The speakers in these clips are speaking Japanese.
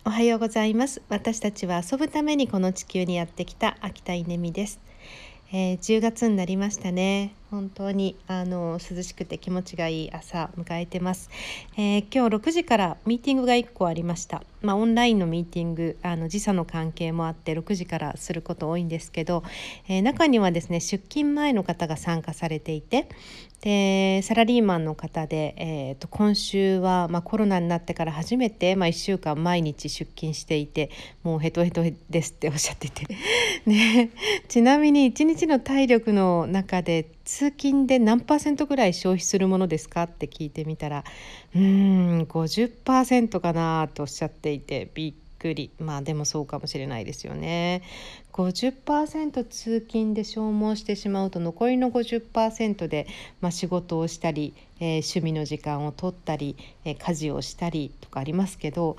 おはようございます。私たちは遊ぶためにこの地球にやってきた秋田稲美です。10月になりましたね。本当に涼しくて気持ちがいい朝迎えてます。今日6時からミーティングが1個ありました。オンラインのミーティング、時差の関係もあって6時からすること多いんですけど、中にはですね、出勤前の方が参加されていて、でサラリーマンの方で、今週は、コロナになってから初めて、1週間毎日出勤していて、もうヘトヘトですっておっしゃっててね、ちなみに1日の体力の中で通勤で何%ぐらい消費するものですかって聞いてみたら、50% かなとおっしゃっていてびっくり。でもそうかもしれないですよね。50% 通勤で消耗してしまうと、残りの 50% で、仕事をしたり、趣味の時間を取ったり、家事をしたりとかありますけど、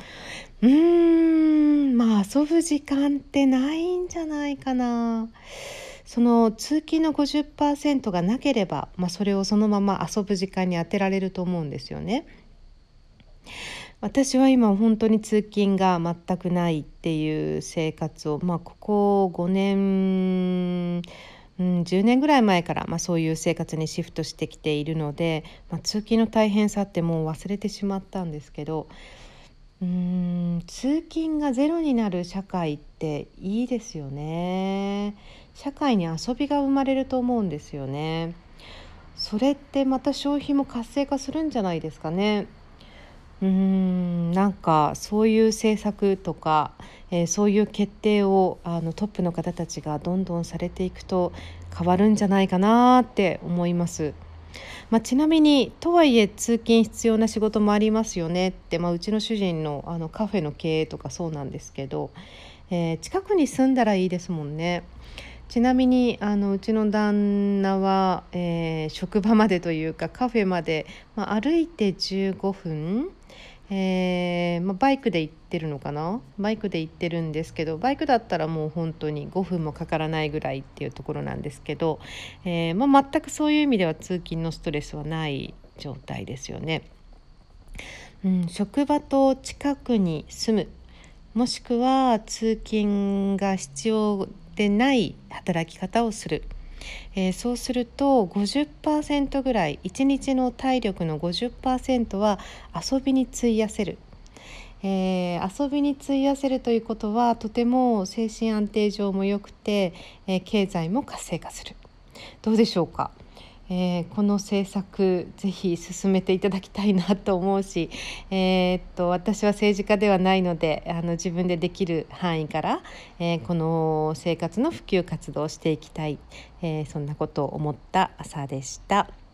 遊ぶ時間ってないんじゃないかな。その通勤の 50% がなければ、それをそのまま遊ぶ時間に当てられると思うんですよね。私は今本当に通勤が全くないっていう生活を、ここ5年、10年ぐらい前から、そういう生活にシフトしてきているので、通勤の大変さってもう忘れてしまったんですけど、通勤がゼロになる社会っていいですよね。社会に遊びが生まれると思うんですよね。それってまた消費も活性化するんじゃないですかね。なんかそういう政策とか、そういう決定をトップの方たちがどんどんされていくと変わるんじゃないかなって思います。ちなみにとはいえ通勤必要な仕事もありますよねって、うちの主人の、カフェの経営とかそうなんですけど、近くに住んだらいいですもんね。ちなみにうちの旦那は、職場までというかカフェまで、歩いて15分、バイクで行ってるのかな。バイクで行ってるんですけど、バイクだったらもう本当に5分もかからないぐらいっていうところなんですけど、全くそういう意味では通勤のストレスはない状態ですよね。職場と近くに住む、もしくは通勤が必要でない働き方をする、そうすると 50% ぐらい、1日の体力の 50% は遊びに費やせる、遊びに費やせるということはとても精神安定上も良くて、経済も活性化する。どうでしょうか。この政策ぜひ進めていただきたいなと思うし、私は政治家ではないので自分でできる範囲から、この生活の普及活動をしていきたい、そんなことを思った朝でした。